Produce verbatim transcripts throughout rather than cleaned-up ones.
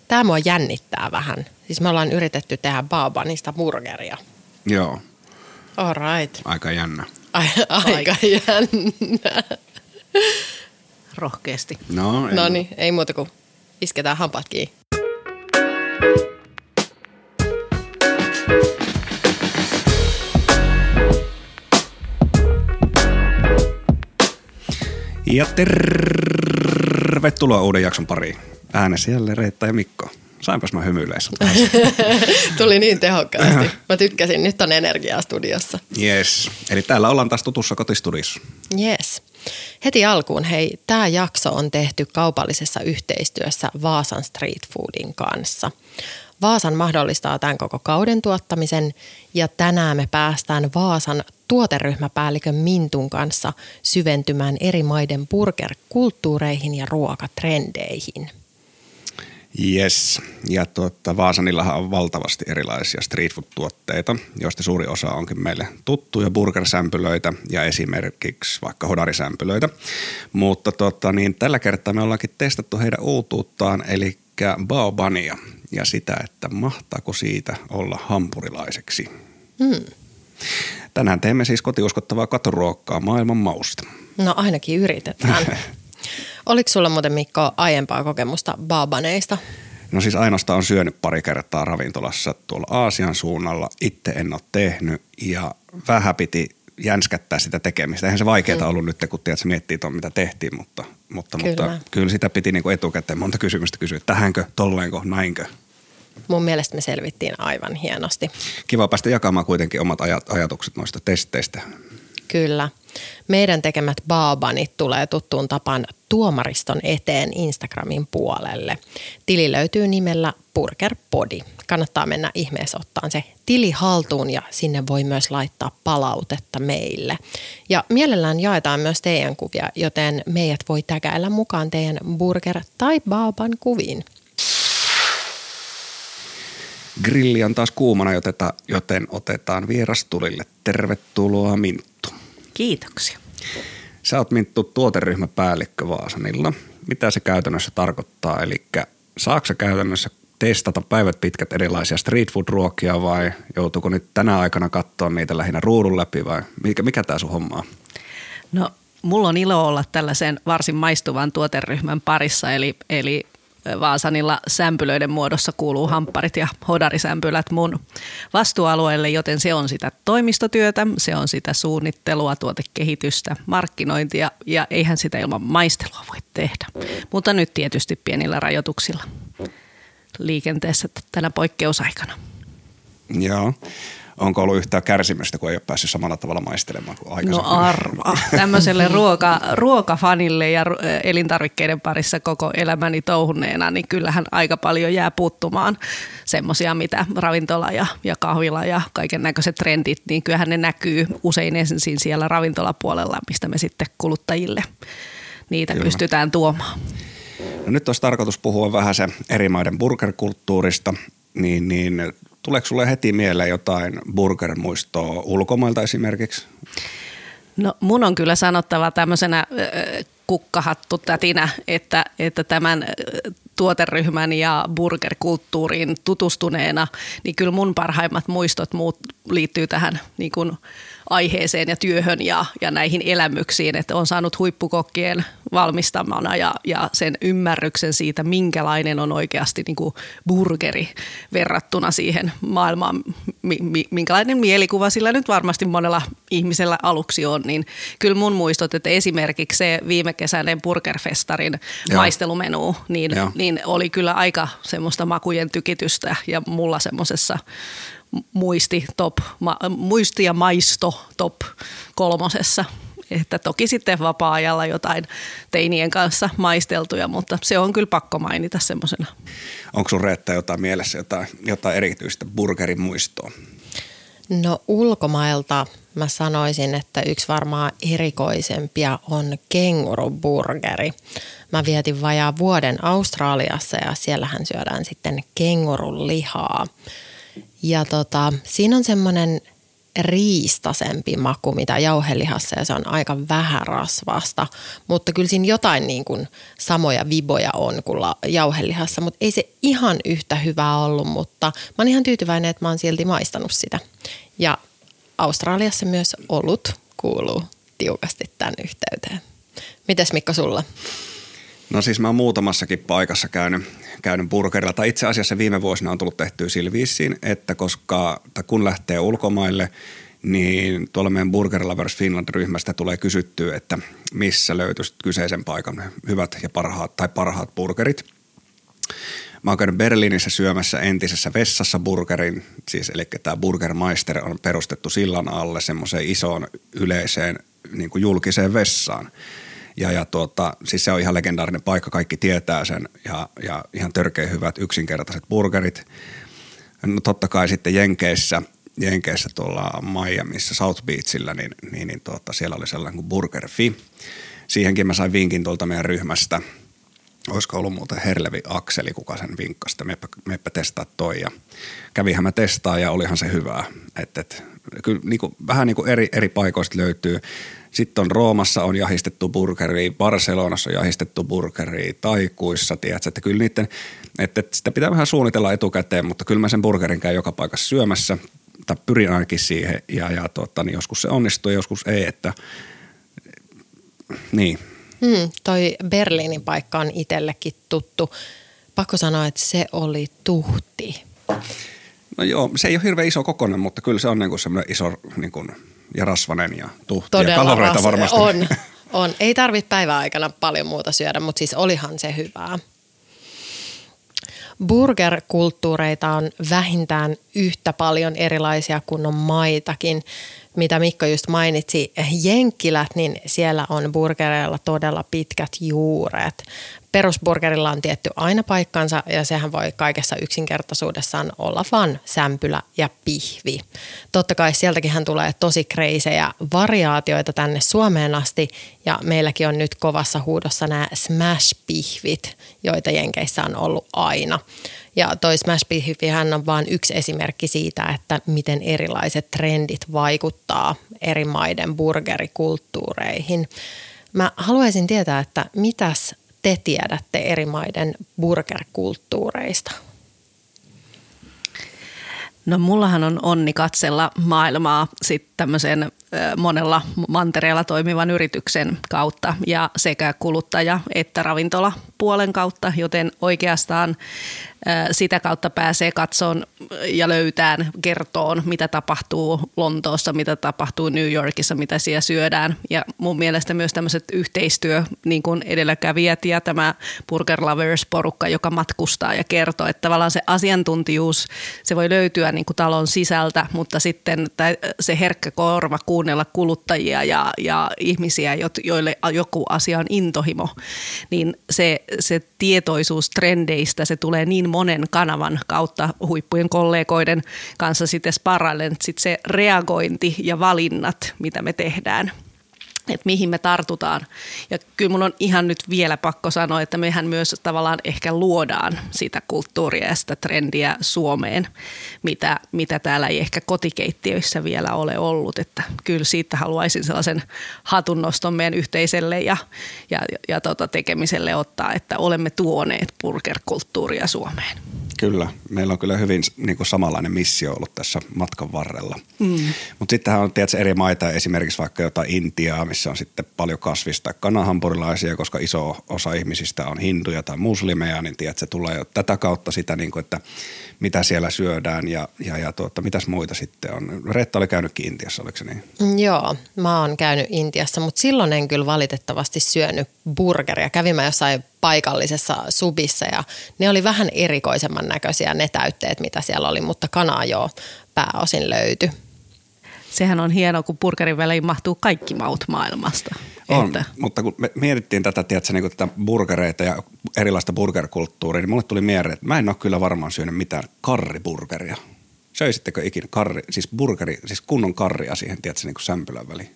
tää mua jännittää vähän. Siis me ollaan yritetty tehdä Baobanista burgeria. Joo. All right. Aika jännä. Ai, aika jännä. Rohkeasti. No, No niin, ei muuta kuin isketään hampaat kiinni. Ja tervetuloa uuden jakson pariin. Äänessä jälleen Reetta ja Mikko. Sainpas mä hymyileessä. Tuli niin tehokkaasti. Mä tykkäsin. Nyt on energiaa studiossa. Yes. Eli täällä ollaan taas tutussa kotistudiossa. Yes. Heti alkuun, hei, tämä jakso on tehty kaupallisessa yhteistyössä Vaasan Street Foodin kanssa. Vaasan mahdollistaa tämän koko kauden tuottamisen ja tänään me päästään Vaasan tuoteryhmäpäällikön Mintun kanssa syventymään eri maiden burger-kulttuureihin ja ruokatrendeihin. Yes. Ja tuota, Vaasanillahan on valtavasti erilaisia street food-tuotteita, joista suuri osa onkin meille tuttuja burgersämpylöitä ja esimerkiksi vaikka hodarisämpylöitä. Mutta tuota, niin tällä kertaa me ollaankin testattu heidän uutuuttaan, eli Baobania ja sitä, että mahtaako siitä olla hampurilaiseksi. Hmm. Tänään teemme siis kotiuskottavaa katoruokkaa maailman mausta. No ainakin yritetään. Oliko sulla muuten, Mikko, aiempaa kokemusta Baobaneista? No siis ainoastaan on syönyt pari kertaa ravintolassa tuolla Aasian suunnalla. Itse en ole tehnyt ja vähän piti jänskättää sitä tekemistä. Eihän se vaikeaa mm. ollut nyt, kun tiedät, se miettii tuon, mitä tehtiin, mutta, mutta, kyllä. mutta kyllä sitä piti niinku etukäteen monta kysymystä kysyä. Tähänkö, tolleenko, näinkö? Mun mielestä me selvittiin aivan hienosti. Kiva päästä jakamaan kuitenkin omat ajat, ajatukset noista testeistä. Kyllä. Meidän tekemät Baobanit tulee tuttuun tapaan tuomariston eteen Instagramin puolelle. Tili löytyy nimellä BurgerPodi. Kannattaa mennä ihmeessä ottaan se tili haltuun ja sinne voi myös laittaa palautetta meille. Ja mielellään jaetaan myös teidän kuvia, joten meidät voi tägäillä mukaan teidän burger- tai Baoban kuviin. Grilli on taas kuumana, joten otetaan vierastulille. Tervetuloa Minttu. Kiitoksia. Sä oot Minttu tuoteryhmäpäällikkö Vaasanilla. Mitä se käytännössä tarkoittaa? Eli saako sä käytännössä testata päivät pitkät erilaisia street food ruokia vai joutuuko nyt tänä aikana katsoa niitä lähinnä ruudun läpi vai mikä, mikä tää sun homma on? No mulla on ilo olla tällaisen varsin maistuvan tuoteryhmän parissa eli, eli Vaasanilla sämpylöiden muodossa kuuluu hampparit ja hodarisämpylät mun vastuualueelle, joten se on sitä toimistotyötä, se on sitä suunnittelua, tuotekehitystä, markkinointia ja eihän sitä ilman maistelua voi tehdä. Mutta nyt tietysti pienillä rajoituksilla liikenteessä tänä poikkeusaikana. Joo. Onko ollut yhtään kärsimystä, kun ei ole päässyt samalla tavalla maistelemaan kuin aikaisemmin? No arvaa. Tämmöiselle ruoka, ruokafanille ja elintarvikkeiden parissa koko elämäni touhuneena, niin kyllähän aika paljon jää puuttumaan semmoisia, mitä ravintola ja, ja kahvila ja kaiken näköiset trendit, niin kyllähän ne näkyy usein ensin siellä ravintolapuolella, mistä me sitten kuluttajille niitä Kyllä. pystytään tuomaan. No nyt olisi tarkoitus puhua vähän se eri maiden burgerkulttuurista, niin, niin tuleeko sulle heti mieleen jotain burger-muistoa ulkomailta esimerkiksi? No mun on kyllä sanottava tämmöisenä äh, kukkahattu tätinä, että, että tämän äh, tuoteryhmän ja burgerkulttuuriin tutustuneena, niin kyllä mun parhaimmat muistot muut liittyy tähän niin kuin aiheeseen ja työhön ja, ja näihin elämyksiin, että on saanut huippukokkien valmistamana ja, ja sen ymmärryksen siitä, minkälainen on oikeasti niin kuin burgeri verrattuna siihen maailmaan, mi, mi, minkälainen mielikuva sillä nyt varmasti monella ihmisellä aluksi on, niin kyllä mun muistot, että esimerkiksi se viime kesäinen Burgerfestarin Joo. maistelumenu, niin, niin oli kyllä aika semmoista makujen tykitystä ja mulla semmoisessa muisti, top, ma, muisti ja maisto top kolmosessa. Että toki sitten vapaa-ajalla jotain teinien kanssa maisteltuja, mutta se on kyllä pakko mainita semmoisena. Onko sun Reetta jotain mielessä, jotain, jotain erityistä burgerin muistoa? No ulkomailta mä sanoisin, että yksi varmaan erikoisempia on kenguruburgeri. Mä vietin vajaa vuoden Australiassa ja siellähän syödään sitten kengurun lihaa. Ja tota, siinä on semmoinen riistasempi maku, mitä jauhelihassa, ja se on aika vähän rasvasta. Mutta kyllä siinä jotain niin kuin samoja viboja on kuin jauhelihassa, mutta ei se ihan yhtä hyvää ollut, mutta mä oon ihan tyytyväinen, että mä oon silti maistanut sitä. Ja Australiassa myös olut kuuluu tiukasti tämän yhteyteen. Mites Mikko sulla? No siis mä oon muutamassakin paikassa käynyt, käynyt burgerilla, tai itse asiassa viime vuosina on tullut tehtyä sillä viisiin, että koska, tai kun lähtee ulkomaille, niin tuolla meidän Burger Lovers Finland-ryhmästä tulee kysyttyä, että missä löytyisi kyseisen paikan hyvät ja parhaat tai parhaat burgerit. Mä oon käynyt Berliinissä syömässä entisessä vessassa burgerin, siis eli tämä Burgermeister on perustettu sillan alle semmoiseen isoon yleiseen niin kuin julkiseen vessaan. Ja, ja tuota, siis se on ihan legendaarinen paikka, kaikki tietää sen ja, ja ihan törkeä hyvät yksinkertaiset burgerit. No totta kai sitten Jenkeissä, Jenkeissä tuolla Miamiissa South Beachillä, niin, niin, niin tuota, siellä oli sellainen kuin Burger Fi. Siihenkin mä sain vinkin tuolta meidän ryhmästä. Olisiko ollut muuten Herlevi Akseli, kuka sen vinkkasi, että meppä, meppä testaa toi. Ja kävihän mä testaa ja olihan se hyvää. Et, et, kyllä niin kuin, vähän niin kuin eri, eri paikoista löytyy. Sitten on Roomassa on jahistettu burgeria, Barcelonassa on jahistettu burgeria, Taikuissa, tiedätkö, että kyllä niiden, että sitä pitää vähän suunnitella etukäteen, mutta kyllä mä sen burgerin käyn joka paikassa syömässä, tai pyrin ainakin siihen, ja, ja tuota, niin joskus se onnistuu ja joskus ei, että niin. Hmm, toi Berliinin paikka on itsellekin tuttu. Pakko sanoa, että se oli tuhti. No joo, se ei ole hirveän iso kokoinen, mutta kyllä se on niin kuin semmoinen iso niin kuin, ja rasvanen ja tuhti todella ja kaloreita ras- varmasti. On, on. Ei tarvitse päivän aikana paljon muuta syödä, mutta siis olihan se hyvää. Burgerkulttuureita on vähintään yhtä paljon erilaisia kuin on maitakin. Mitä Mikko just mainitsi, jenkkilät, niin siellä on burgereilla todella pitkät juuret. Perusburgerilla on tietty aina paikkansa ja sehän voi kaikessa yksinkertaisuudessaan olla vaan sämpylä ja pihvi. Totta kai sieltäkin tulee tosi kreisejä variaatioita tänne Suomeen asti ja meilläkin on nyt kovassa huudossa nämä smash-pihvit, joita Jenkeissä on ollut aina. Ja toi smash-pihvihän on vain yksi esimerkki siitä, että miten erilaiset trendit vaikuttaa eri maiden burgerikulttuureihin. Mä haluaisin tietää, että mitäs te tiedätte eri maiden burgerkulttuureista? No mullahan on onni katsella maailmaa sitten tämmöisen monella mantereella toimivan yrityksen kautta ja sekä kuluttaja- että ravintolapuolen kautta, joten oikeastaan sitä kautta pääsee katsomaan ja löytään, kertoon, mitä tapahtuu Lontoossa, mitä tapahtuu New Yorkissa, mitä siellä syödään. Ja mun mielestä myös tämmöiset yhteistyö, niin kuin edelläkävijät ja tämä Burger Lovers-porukka, joka matkustaa ja kertoo, että tavallaan se asiantuntijuus, se voi löytyä niin kuin talon sisältä, mutta sitten se herkkä korva kuunnella kuluttajia ja, ja ihmisiä, joille joku asia on intohimo, niin se, se tietoisuus trendeistä, se tulee niin monen kanavan kautta huippujen kollegoiden kanssa sitten sparraillen, että sitten se reagointi ja valinnat, mitä me tehdään, että mihin me tartutaan. Ja kyllä mun on ihan nyt vielä pakko sanoa, että mehän myös tavallaan ehkä luodaan sitä kulttuuria ja sitä trendiä Suomeen, mitä, mitä täällä ei ehkä kotikeittiöissä vielä ole ollut. Että kyllä siitä haluaisin sellaisen hatunnoston meidän yhteiselle ja, ja, ja tota tekemiselle ottaa, että olemme tuoneet burgerkulttuuria Suomeen. Kyllä, meillä on kyllä hyvin niin kuin samanlainen missio ollut tässä matkan varrella. Mm. Mutta sittenhän on tietysti eri maita, esimerkiksi vaikka jotain Intiaa, missä on sitten paljon kasvista kanahampurilaisia, koska iso osa ihmisistä on hinduja tai muslimeja, niin tiedätkö, se tulee jo tätä kautta sitä, niin kuin, että mitä siellä syödään ja, ja, ja tuota, mitäs muita sitten on. Reetta oli käynytkin Intiassa, oliko se niin? Joo, mä oon käynyt Intiassa, mutta silloin en kyllä valitettavasti syönyt burgeria. Kävin mä jossain paikallisessa subissa ja ne oli vähän erikoisemman näköisiä ne täytteet, mitä siellä oli, mutta kanaa jo pääosin löytyi. Sehän on hienoa, kun burgerin väliin mahtuu kaikki maut maailmasta. On, että. Mutta kun me mietittiin tätä, tiedätkö, niin tätä burgereita ja erilaista burgerkulttuuria, niin mulle tuli mieleen, että mä en ole kyllä varmaan syönyt mitään karriburgeria. Söisittekö ikinä karri, siis burgeri, siis kunnon karria siihen, tiedätkö, niin kuin sämpylän väliin?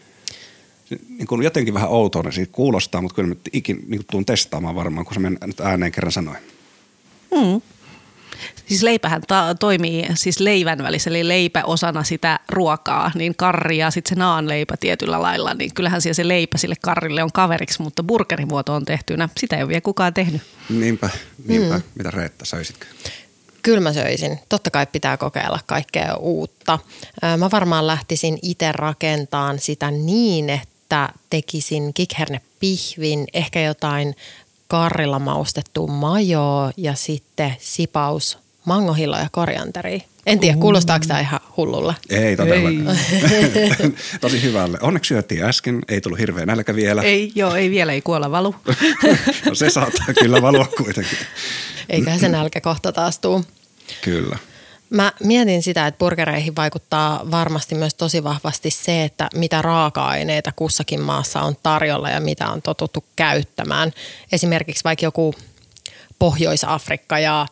Niin kuin jotenkin vähän outoa siitä kuulostaa, mutta kyllä mä ikin niin tuun testaamaan varmaan, kun se nyt ääneen kerran sanoin. Mm. Siis leipähän ta- toimii siis leivän välissä, eli leipä osana sitä ruokaa, niin karri ja sitten se naanleipä tietyllä lailla, niin kyllähän siellä se leipä sille karrille on kaveriksi, mutta burgerimuoto on tehtynä. Sitä ei ole vielä kukaan tehnyt. Niinpä, niinpä. Mm. Mitä Reetta, söisitkö? Kyllä mä söisin. Totta kai pitää kokeilla kaikkea uutta. Mä varmaan lähtisin itse rakentamaan sitä niin, että tekisin kikhernepihvin, ehkä jotain karrilla maustettua majoa ja sitten sipaus mangohilloa ja korianteria. En tiedä, kuulostaako tämä ihan hullulla? Ei todellakaan. Tosi hyvälle. Onneksi syötiin äsken, ei tullut hirveä nälkä vielä. Ei, joo, ei vielä, ei kuolla valu. No se saattaa kyllä valua kuitenkin. Eiköhän se nälkä kohta taas tuu. Kyllä. Mä mietin sitä, että burgereihin vaikuttaa varmasti myös tosi vahvasti se, että mitä raaka-aineita kussakin maassa on tarjolla ja mitä on totuttu käyttämään. Esimerkiksi vaikka joku Pohjois-Afrikka ja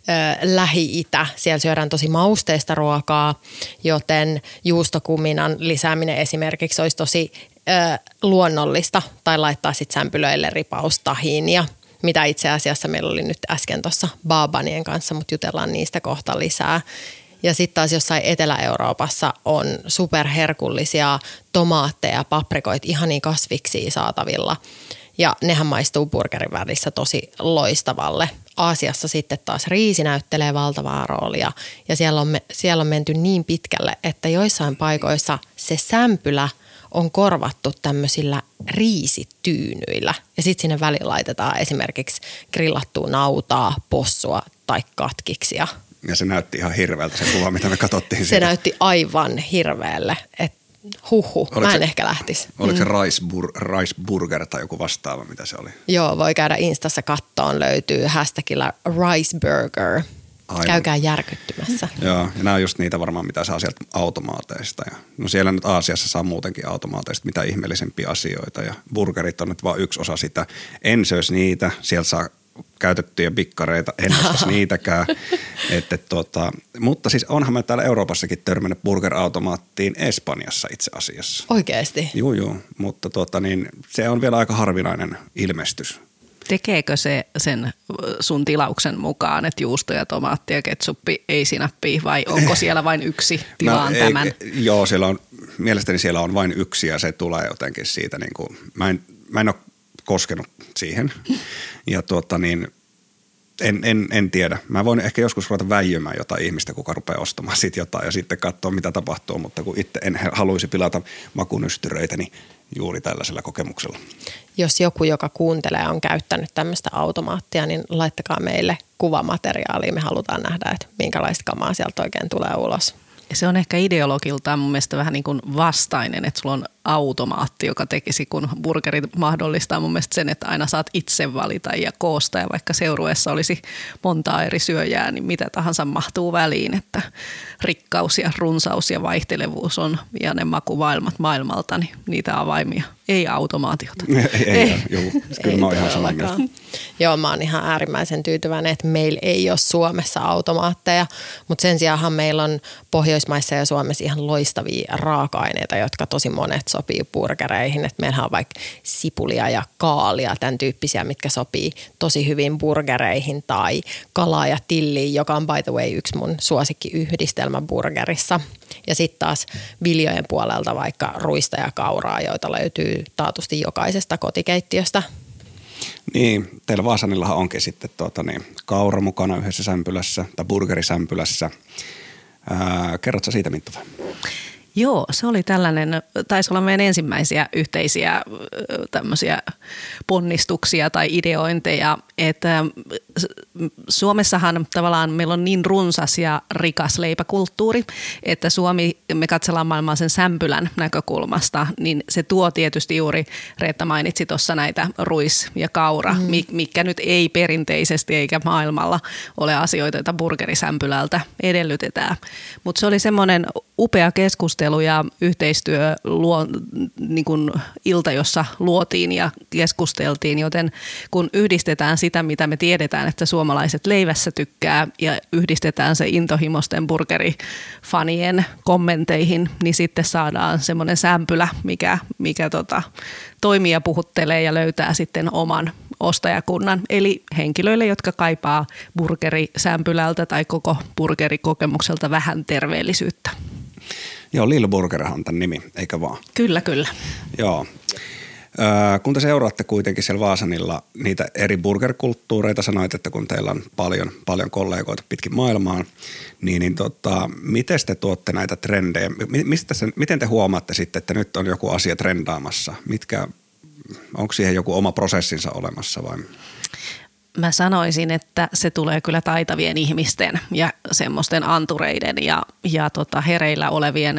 ö, Lähi-Itä, siellä syödään tosi mausteista ruokaa, joten juustokuminan lisääminen esimerkiksi olisi tosi ö, luonnollista tai laittaa sitten sämpylöille ripaus tahiinia, mitä itse asiassa meillä oli nyt äsken tuossa baabanien kanssa, mutta jutellaan niistä kohta lisää. Ja sitten taas jossain Etelä-Euroopassa on superherkullisia tomaatteja ja paprikoita, ihania kasviksia saatavilla. Ja nehän maistuu burgerin välissä tosi loistavalle. Aasiassa sitten taas riisi näyttelee valtavaa roolia ja siellä on, me, siellä on menty niin pitkälle, että joissain paikoissa se sämpylä on korvattu tämmöisillä riisityynyillä ja sitten sinne väliin laitetaan esimerkiksi grillattua nautaa, possua tai katkiksia. Ja se näytti ihan hirveältä se kuva, mitä me katsottiin. Se siitä. näytti aivan hirveälle, että huhu, mä en se, ehkä lähtisi. Oliko mm. se rice, bur, rice burger tai joku vastaava, mitä se oli? Joo, voi käydä Instassa kattoon, löytyy hashtagillä rice burger. Aivan. Käykää järkyttymässä. Joo, ja nämä on just niitä varmaan, mitä saa sieltä automaateista. Ja, no siellä nyt Aasiassa saa muutenkin automaateista mitä ihmeellisempiä asioita. Ja burgerit on nyt vaan yksi osa sitä. En söisi niitä, sieltä saa käytettyjä bikkareita, en ostaisi niitäkään. Että tota, mutta siis onhan mä täällä Euroopassakin törmännyt burgerautomaattiin Espanjassa itse asiassa. Oikeesti? Joo, joo, mutta tota, niin, se on vielä aika harvinainen ilmestys. Tekeekö se sen sun tilauksen mukaan, että juusto ja tomaatti ja ketsuppi ei sinappia vai onko siellä vain yksi tilaan no, tämän? Ei, joo, siellä on, mielestäni siellä on vain yksi ja se tulee jotenkin siitä, niin kuin, mä, en, mä en ole koskenut siihen ja tuota niin, en, en, en tiedä. Mä voin ehkä joskus ruveta väijymään jotain ihmistä, kuka rupeaa ostamaan siitä jotain ja sitten katsoa mitä tapahtuu, mutta kun itse en haluaisi pilata makunystyröitä, niin juuri tällaisella kokemuksella. Jos joku, joka kuuntelee, on käyttänyt tämmöistä automaattia, niin laittakaa meille kuvamateriaalia. Me halutaan nähdä, että minkälaista kamaa sieltä oikein tulee ulos. Ja se on ehkä ideologiltaan mun mielestä vähän niin kuin vastainen, että sulla on automaatti, joka tekisi, kun burgerit mahdollistaa mun mielestä sen, että aina saat itse valita ja koostaa. Ja vaikka seurueessa olisi montaa eri syöjää, niin mitä tahansa mahtuu väliin, että rikkaus ja runsaus ja vaihtelevuus on ja ne makuvailmat maailmalta, niin niitä avaimia. Ei automaatiota. Ei, ei, ei. Joo, kyllä mä oon ihan samaa mieltä. Joo, mä oon ihan äärimmäisen tyytyväinen, että meillä ei ole Suomessa automaatteja, mutta sen sijaanhan meillä on Pohjoismaissa ja Suomessa ihan loistavia raaka-aineita, jotka tosi monet sopii burgereihin. Että meillähän on vaikka sipulia ja kaalia, tämän tyyppisiä, mitkä sopii tosi hyvin burgereihin tai kalaa ja tilliä, joka on by the way yksi mun suosikkiyhdistelmä burgerissa. Ja sitten taas viljojen puolelta vaikka ruista ja kauraa, joita löytyy taatusti jokaisesta kotikeittiöstä. Niin, teillä Vaasanillahan onkin sitten tuota, niin, kaura mukana yhdessä sämpylässä tai burgerisämpylässä. Ää, kerrotko siitä, Minttu? Joo, se oli tällainen, taisi olla meidän ensimmäisiä yhteisiä tämmöisiä ponnistuksia tai ideointeja, että Suomessahan tavallaan meillä on niin runsas ja rikas leipäkulttuuri, että Suomi, me katsellaan maailmaa sen sämpylän näkökulmasta, niin se tuo tietysti juuri, Reetta mainitsi tuossa näitä ruis ja kaura, mm. mikä nyt ei perinteisesti eikä maailmalla ole asioita, joita burgerisämpylältä edellytetään. Mutta se oli semmoinen upea keskustelu ja yhteistyö luo, niin kuin ilta, jossa luotiin ja keskusteltiin, joten kun yhdistetään sitä, mitä me tiedetään, että suomalaiset leivässä tykkää ja yhdistetään se intohimosten burgerifanien kommenteihin, niin sitten saadaan semmoinen sämpylä, mikä, mikä tota, toimii ja puhuttelee ja löytää sitten oman ostajakunnan, eli henkilöille, jotka kaipaa burgerisämpylältä tai koko burgerikokemukselta vähän terveellisyyttä. Joo, Lil Burgerhan on tämän nimi, eikä vaan? Kyllä, kyllä. Joo. Äh, kun te seuraatte kuitenkin siellä Vaasanilla niitä eri burgerkulttuureita, sanoit, että kun teillä on paljon, paljon kollegoita pitkin maailmaan, niin, niin tota, miten te tuotte näitä trendejä? Mistä se, miten te huomaatte sitten, että nyt on joku asia trendaamassa? Mitkä, onko siihen joku oma prosessinsa olemassa vai? Mä sanoisin, että se tulee kyllä taitavien ihmisten ja semmoisten antureiden ja, ja tota hereillä olevien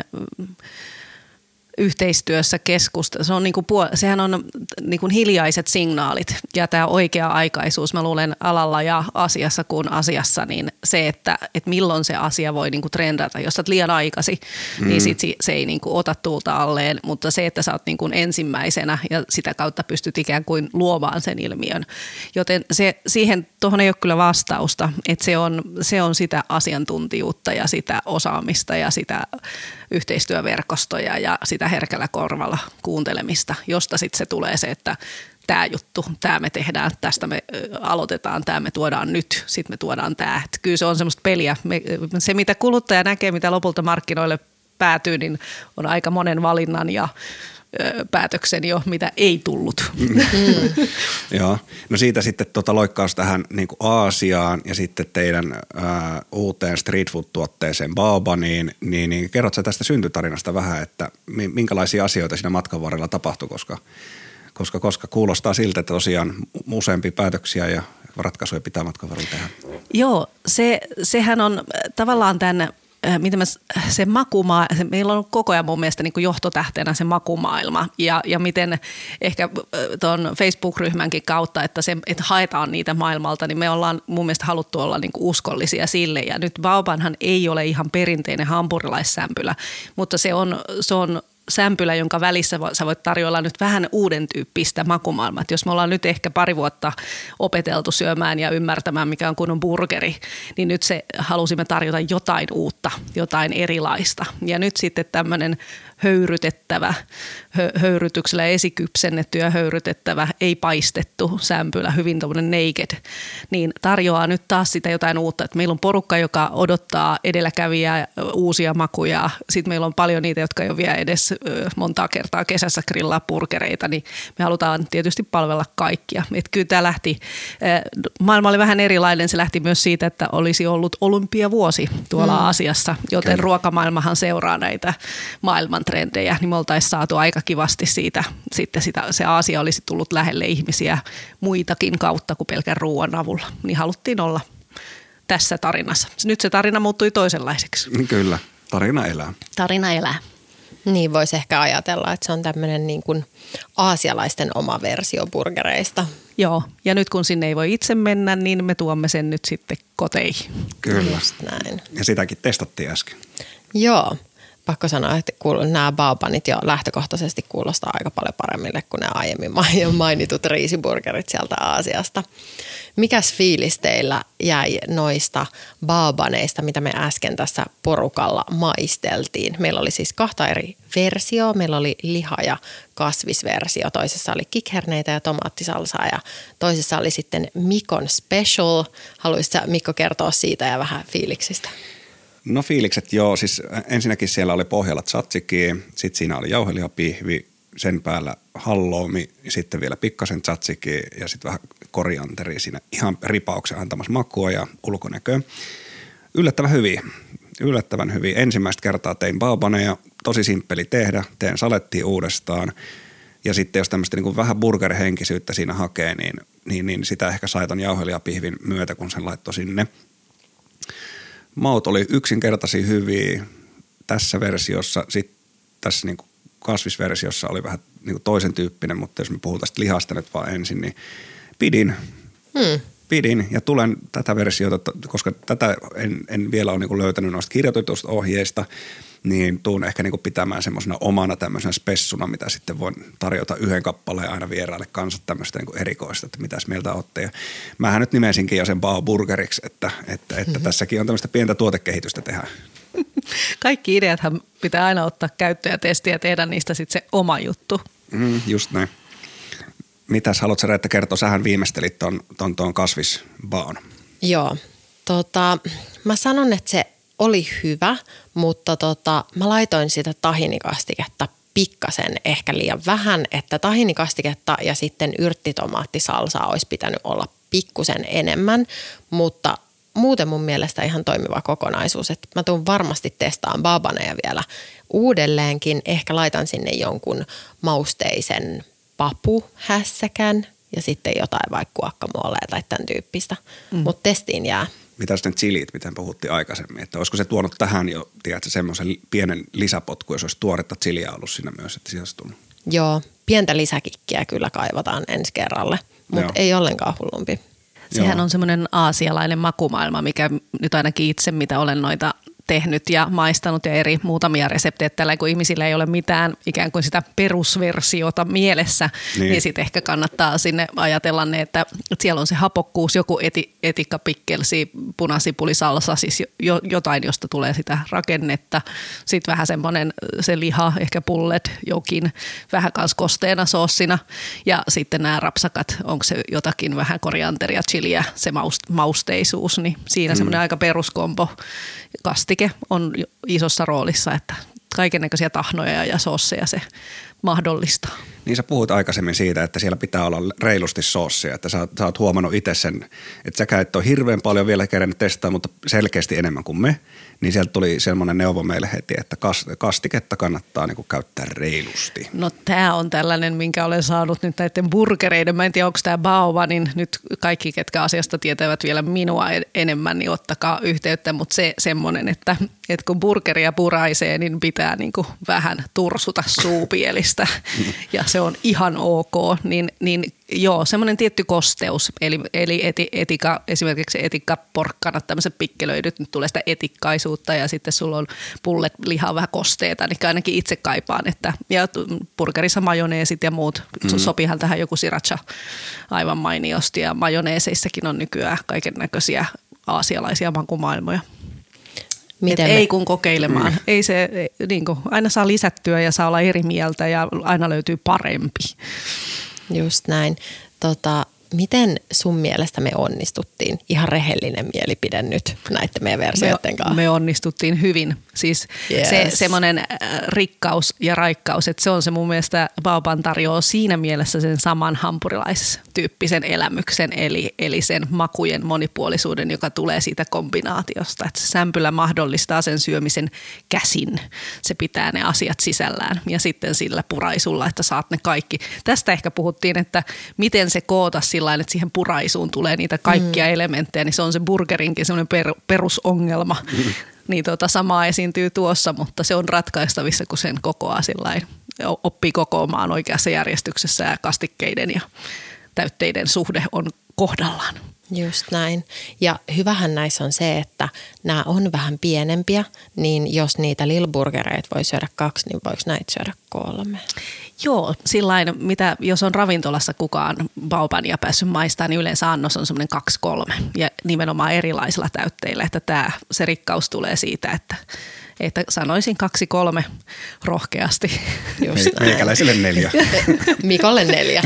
yhteistyössä keskusta. Se on niinku puol- sehän on niinku hiljaiset signaalit ja tämä oikea-aikaisuus, mä luulen alalla ja asiassa kuin asiassa, niin se, että et milloin se asia voi niinku trendata. Jos sä oot liian aikasi, mm. niin sit se ei niinku ota tuulta alleen, mutta se, että sä oot niinku ensimmäisenä ja sitä kautta pystyt ikään kuin luomaan sen ilmiön. Joten se, siihen tuohon ei ole kyllä vastausta, että se on, se on sitä asiantuntijuutta ja sitä osaamista ja sitä yhteistyöverkostoja ja sitä herkällä korvalla kuuntelemista, josta sitten se tulee se, että tämä juttu, tämä me tehdään, tästä me aloitetaan, tämä me tuodaan nyt, sitten me tuodaan tämä. Että kyllä se on semmoista peliä. Me, se, mitä kuluttaja näkee, mitä lopulta markkinoille päätyy, niin on aika monen valinnan ja päätöksen jo, mitä ei tullut. Mm. Joo, no siitä sitten tota loikkaus tähän niin kuin Aasiaan ja sitten teidän ää, uuteen street food-tuotteeseen Baobaniin, niin, niin kerrot sä tästä syntytarinasta vähän, että minkälaisia asioita siinä matkan varrella tapahtui, koska, koska, koska kuulostaa siltä, että tosiaan useampia päätöksiä ja ratkaisuja pitää matkan varrella tehdä. Joo, se, sehän on tavallaan tämän miten mä, se makumaa, se, meillä on koko ajan mun mielestä niin kuin johtotähtenä se makumaailma ja, ja miten ehkä tuon Facebook-ryhmänkin kautta, että, se, että haetaan niitä maailmalta, niin me ollaan mun mielestä haluttu olla niin kuin uskollisia sille ja nyt Baobanhan ei ole ihan perinteinen hampurilaissämpylä, mutta se on, se on sämpylä, jonka välissä sä voit tarjoilla nyt vähän uuden tyyppistä makumaailmaa. Jos me ollaan nyt ehkä pari vuotta opeteltu syömään ja ymmärtämään, mikä on kunnon burgeri, niin nyt se halusimme tarjota jotain uutta, jotain erilaista. Ja nyt sitten tämmöinen höyrytettävä, hö, höyrytyksellä esikypsennetty ja höyrytettävä, ei paistettu sämpylä, hyvin tämmöinen naked, niin tarjoaa nyt taas sitä jotain uutta. Että meillä on porukka, joka odottaa edelläkävijää, uusia makuja. Sitten meillä on paljon niitä, jotka ei ole vielä edes montaa kertaa kesässä grillaa burgereita, niin me halutaan tietysti palvella kaikkia. Että kyllä tämä lähti, maailma oli vähän erilainen, se lähti myös siitä, että olisi ollut olympiavuosi tuolla mm. Aasiassa, joten kyllä. Ruokamaailmahan seuraa näitä maailman trendejä, niin me oltaisiin saatu aika kivasti siitä, sitten sitä, se Aasia olisi tullut lähelle ihmisiä muitakin kautta kuin pelkän ruoan avulla, niin haluttiin olla tässä tarinassa. Nyt se tarina muuttui toisenlaiseksi. Kyllä, tarina elää. Tarina elää. Niin voisi ehkä ajatella, että se on tämmöinen niin kuin aasialaisten oma versio burgereista. Joo, ja nyt kun sinne ei voi itse mennä, niin me tuomme sen nyt sitten koteihin. Kyllä. Just näin. Ja sitäkin testattiin äsken. Joo. Pakko sanoa, että nämä Baobanit jo lähtökohtaisesti kuulostaa aika paljon paremmille kuin ne aiemmin mainitut riisiburgerit sieltä Aasiasta. Mikäs fiilis teillä jäi noista Baobaneista, mitä me äsken tässä porukalla maisteltiin? Meillä oli siis kahta eri versioa. Meillä oli liha- ja kasvisversio. Toisessa oli kikherneitä ja tomaattisalsaa ja toisessa oli sitten Mikon Special. Haluaisitko Mikko kertoa siitä ja vähän fiiliksistä? No fiilikset joo, siis ensinnäkin siellä oli pohjalla tzatziki, sitten siinä oli jauhelihapihvi, sen päällä halloumi, sitten vielä pikkasen tzatziki ja sitten vähän korianteri siinä ihan ripauksen antamassa makua ja ulkonäköä. Yllättävän hyviä, yllättävän hyviä. Ensimmäistä kertaa tein baobaneja, tosi simppeli tehdä, teen salettiin uudestaan ja sitten jos tämmöistä niin kuin vähän burgerhenkisyyttä siinä hakee, niin, niin, niin sitä ehkä sai ton jauhelihapihvin myötä, kun sen laittoi sinne. Maut oli yksinkertaisia hyviä tässä versiossa, sitten tässä niin kuin kasvisversiossa oli vähän niin kuin toisen tyyppinen, mutta jos me puhutaan tästä lihasta nyt vaan ensin, niin pidin, hmm. pidin ja tulen tätä versiota, koska tätä en, en vielä ole niin kuin löytänyt noista kirjoitetuista ohjeista, niin tuun ehkä niin kuin pitämään semmoisena omana tämmöisenä spessuna, mitä sitten voin tarjota yhden kappaleen aina vieraille kanssa tämmöistä niin kuin erikoista, että mitäs mieltä olette. Ja mähän nyt nimesinkin jo sen Bao Burgeriksi, että, että, että mm-hmm. tässäkin on tämmöistä pientä tuotekehitystä tehdä. Kaikki ideathan pitää aina ottaa käyttöön ja testiä ja tehdä niistä sitten se oma juttu. Mm, just näin. mitäs haluatko Reetta kertoa? Sähän viimeistelit ton, ton, ton kasvisbaon. Joo, tota, mä sanon, että se oli hyvä, mutta tota, mä laitoin sitä tahinikastiketta pikkasen ehkä liian vähän, että tahinikastiketta ja sitten yrttitomaattisalsaa olisi pitänyt olla pikkusen enemmän, mutta muuten mun mielestä ihan toimiva kokonaisuus, että mä tuun varmasti testaan babaneja vielä uudelleenkin, ehkä laitan sinne jonkun mausteisen papuhässäkän ja sitten jotain vaikka guacamoleja tai tämän tyyppistä, mm. mutta testiin jää. Mitäs ne chilit, miten puhuttiin aikaisemmin, että olisiko se tuonut tähän jo, tiedätkö, semmoisen pienen lisäpotku, jos olisi tuoretta chiliä ollut siinä myös, että siitä olisi tullut? Joo, pientä lisäkikkiä kyllä kaivataan ensi kerralle, mutta ei ollenkaan hullumpi. Sehän Joo. on semmoinen aasialainen makumaailma, mikä nyt ainakin itse, mitä olen noita tehnyt ja maistanut ja eri muutamia reseptejä, tällä kun ihmisillä ei ole mitään ikään kuin sitä perusversiota mielessä, niin, niin sitten ehkä kannattaa sinne ajatella ne, että, että siellä on se hapokkuus, joku eti, etikkapikkelsi, punasipulisalsa, siis jo, jotain, josta tulee sitä rakennetta. Sitten vähän semmoinen se liha, ehkä pullet, jokin, vähän kans kosteena soossina ja sitten nämä rapsakat, onko se jotakin vähän korianteria, chiliä, se mausteisuus, niin siinä mm. semmoinen aika peruskombo kastike on isossa roolissa, että kaikennäköisiä tahnoja ja soosseja se mahdollistaa. Niin sä puhut aikaisemmin siitä, että siellä pitää olla reilusti soossia, että sä, sä oot huomannut itse sen, että sä et ole hirveän paljon vielä kerännyt testaa, mutta selkeästi enemmän kuin me, niin sieltä tuli semmoinen neuvo meille heti, että kastiketta kannattaa niin kuin käyttää reilusti. No tää on tällainen, minkä olen saanut nyt näiden burgereiden. Mä en tiedä, onko tämä Baoba, niin nyt kaikki, ketkä asiasta tietävät vielä minua enemmän, niin ottakaa yhteyttä, mutta se semmoinen, että, että kun burgeria puraisee, niin pitää niin kuin vähän tursuta suupielistä ja se on ihan ok, niin, niin joo, semmoinen tietty kosteus, eli, eli eti, etika, esimerkiksi etikkaporkkanat, tämmöiset pikkelöidyt, nyt tulee sitä etikkaisuutta ja sitten sulla on pullet lihaa vähän kosteeta, niin ainakin itse kaipaan, että ja burgerissa majoneesit ja muut, mm-hmm. sopihan tähän joku sriracha aivan mainiosti ja majoneeseissakin on nykyään kaiken näköisiä aasialaisia makumaailmoja. Miten ei kun kokeilemaan. Mm. Ei se, niin kuin, aina saa lisättyä ja saa olla eri mieltä ja aina löytyy parempi. Just näin. Tota, miten sun mielestä me onnistuttiin? Ihan rehellinen mielipide nyt näiden meidän versioiden kanssa. Me, me onnistuttiin hyvin. Siis yes. se semmoinen rikkaus ja raikkaus, että se on se mun mielestä Baoban tarjoaa siinä mielessä sen saman hampurilaistyyppisen elämyksen, eli, eli sen makujen monipuolisuuden, joka tulee siitä kombinaatiosta. Että se sämpylä mahdollistaa sen syömisen käsin. Se pitää ne asiat sisällään ja sitten sillä puraisulla, että saat ne kaikki. Tästä ehkä puhuttiin, että miten se koota sillä että siihen puraisuun tulee niitä kaikkia mm. elementtejä, niin se on se burgerinkin semmoinen per, perusongelma. Mm. Niin tota, samaa esiintyy tuossa, mutta se on ratkaistavissa, kun sen kokoaa sillain, oppii kokoamaan oikeassa järjestyksessä ja kastikkeiden ja täytteiden suhde on kohdallaan. Just näin. Ja hyvähän näissä on se, että nämä on vähän pienempiä, niin jos niitä lilburgereita voi syödä kaksi, niin voiko näitä syödä kolme? Joo, sillain, mitä jos on ravintolassa kukaan baobania päässyt maistamaan, niin yleensä annos on semmoinen kaksi kolme ja nimenomaan erilaisilla täytteillä, että tämä, se rikkaus tulee siitä, että, että sanoisin kaksi kolme rohkeasti. Just meikäläiselle neljä. Mikolle neljä.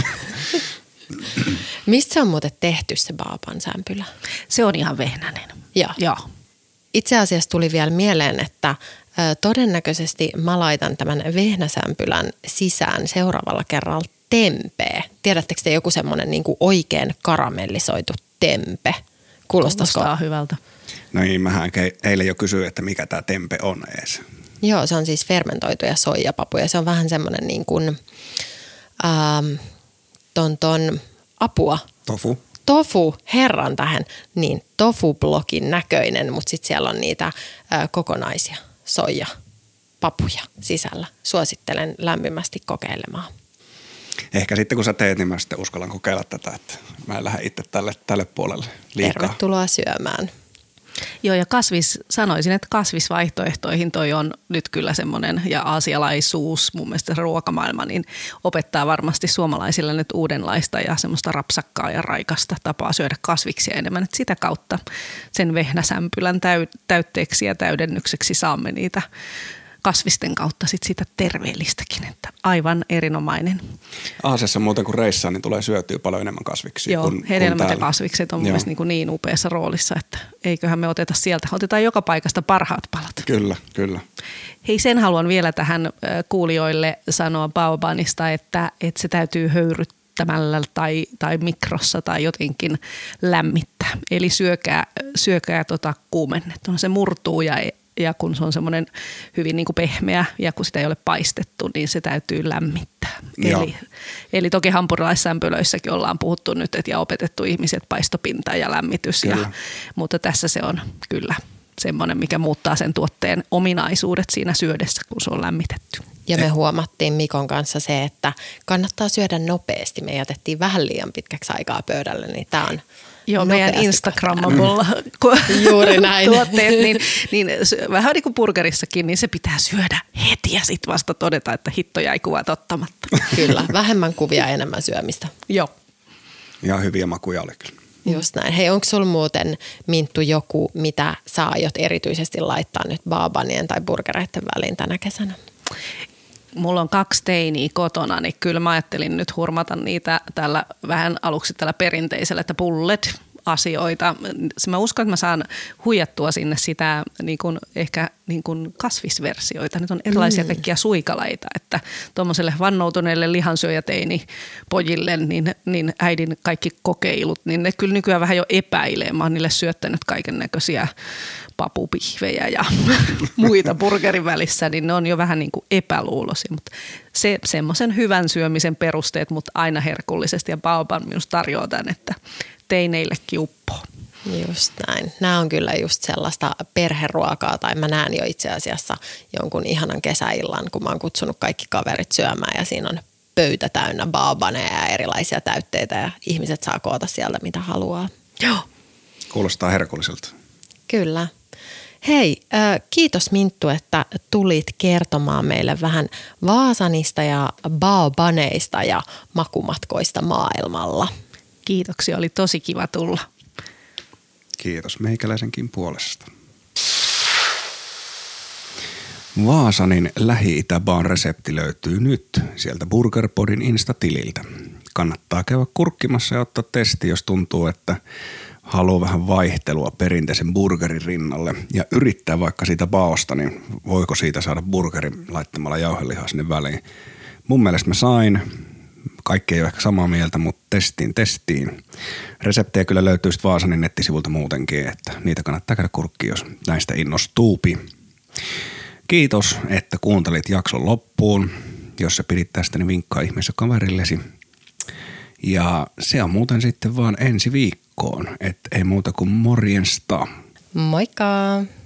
Mistä se on muuten tehty se Baoban sämpylä? Se on ihan vehnäinen. Joo. Joo. Itse asiassa tuli vielä mieleen, että ö, todennäköisesti mä laitan tämän vehnäsämpylän sisään seuraavalla kerralla tempeä. Tiedättekö te joku semmoinen niin kuin oikein karamellisoitu tempe? Kuulostaisiko? Kuulostaa hyvältä. No niin, mähän eilen jo kysyin, että mikä tämä tempe on ees. Joo, se on siis fermentoituja soijapapuja. Se on vähän semmoinen niin kuin ähm, ton, ton apua. Tofu. Tofu, herran tähän, niin tofu-blokin näköinen, mutta sitten siellä on niitä ö, kokonaisia soijapapuja sisällä. Suosittelen lämpimästi kokeilemaan. Ehkä sitten kun sä teet, niin mä sitten uskallan kokeilla tätä, että mä en lähde itse tälle, tälle puolelle liikaa. Tervetuloa syömään. Joo, ja kasvis, sanoisin, että kasvisvaihtoehtoihin toi on nyt kyllä semmoinen, ja aasialaisuus, mun mielestä ruokamaailma, niin opettaa varmasti suomalaisille nyt uudenlaista ja semmoista rapsakkaa ja raikasta tapaa syödä kasviksia enemmän. Että sitä kautta sen vehnäsämpylän täy- täytteeksi ja täydennykseksi saamme niitä kasvisten kautta sit sitä terveellistäkin, että aivan erinomainen. Aasiassa muuten kun reissaa, niin tulee syötyä paljon enemmän kasviksia. Joo, kuin, hedelmät kuin ja kasvikset on mielestäni niin, niin upeassa roolissa, että eiköhän me oteta sieltä, otetaan joka paikasta parhaat palat. Kyllä, kyllä. Hei, sen haluan vielä tähän kuulijoille sanoa baobanista, että, että se täytyy höyryttämällä tai, tai mikrossa tai jotenkin lämmittää. Eli syökää, syökää tota kuumennettuna. Se murtuu ja, ja kun se on semmoinen hyvin niin kuin pehmeä ja kun sitä ei ole paistettu, niin se täytyy lämmittää. Eli, eli toki hampurilaissämpylöissäkin ollaan puhuttu nyt et, ja opetettu ihmiset paistopinta ja lämmitys, ja, mutta tässä se on kyllä semmoinen, mikä muuttaa sen tuotteen ominaisuudet siinä syödessä, kun se on lämmitetty. Ja me huomattiin Mikon kanssa se, että kannattaa syödä nopeasti. Me jätettiin vähän liian pitkäksi aikaa pöydälle, niin tämä on Joo, meidän Instagramable mm. Juuri näin. tuotteet, niin, niin vähän niin kuin burgerissakin, niin se pitää syödä heti ja sitten vasta todeta, että hitto jäi kuvat ottamatta. Kyllä, vähemmän kuvia, enemmän syömistä. Joo. Ja hyviä makuja oli kyllä. Just näin. Hei, onko sulla muuten, Minttu, joku, mitä sä aiot erityisesti laittaa nyt baabanien tai burgereiden väliin tänä kesänä? Mulla on kaksi teiniä kotona, niin kyllä mä ajattelin nyt hurmata niitä tällä vähän aluksi tällä perinteisellä, että bullet asioita. Mä uskon, että mä saan huijattua sinne sitä niin kuin, ehkä niin kuin kasvisversioita. Nyt on erilaisia mm. kaikkia suikaleita, että tuommoiselle vannoutuneelle lihansyöjäteini pojille, niin, niin äidin kaikki kokeilut, niin ne kyllä nykyään vähän jo epäilee. Mä oon niille syöttänyt kaiken näköisiä papupihvejä ja muita burgerin välissä, niin ne on jo vähän niin kuin epäluuloisia, mutta se, semmoisen hyvän syömisen perusteet, mutta aina herkullisesti, ja baoban minusta tarjoaa tämän, että teineillekin uppoo. Just näin. Nämä on kyllä just sellaista perheruokaa, tai mä näen jo itse asiassa jonkun ihanan kesäillan, kun mä oon kutsunut kaikki kaverit syömään, ja siinä on pöytä täynnä baobaneja ja erilaisia täytteitä, ja ihmiset saa koota sieltä mitä haluaa. Joo. Kuulostaa herkulliselta. Kyllä. Hei, kiitos Minttu, että tulit kertomaan meille vähän Vaasanista ja baobaneista ja makumatkoista maailmalla. Kiitoksia, oli tosi kiva tulla. Kiitos meikäläisenkin puolesta. Vaasanin Lähi-Itä-baan resepti löytyy nyt sieltä BurgerPodin Insta-tililtä. Kannattaa käydä kurkkimassa ja ottaa testi, jos tuntuu, että haluaa vähän vaihtelua perinteisen burgerin rinnalle ja yrittää vaikka siitä baosta, niin voiko siitä saada burgerin laittamalla jauhelihaa sinne väliin. Mun mielestä mä sain, kaikki ei ole ehkä samaa mieltä, mutta testiin, testiin. Reseptejä kyllä löytyy sitten Vaasanin nettisivulta muutenkin, että niitä kannattaa käydä kurkkiin, jos näistä innostuupi. Kiitos, että kuuntelit jakson loppuun. Jos sä pidit tästä, niin vinkkaa ihmeessä kaverillesi. Ja se on muuten sitten vaan ensi viikkoon, että ei muuta kuin morjensta. Moikka!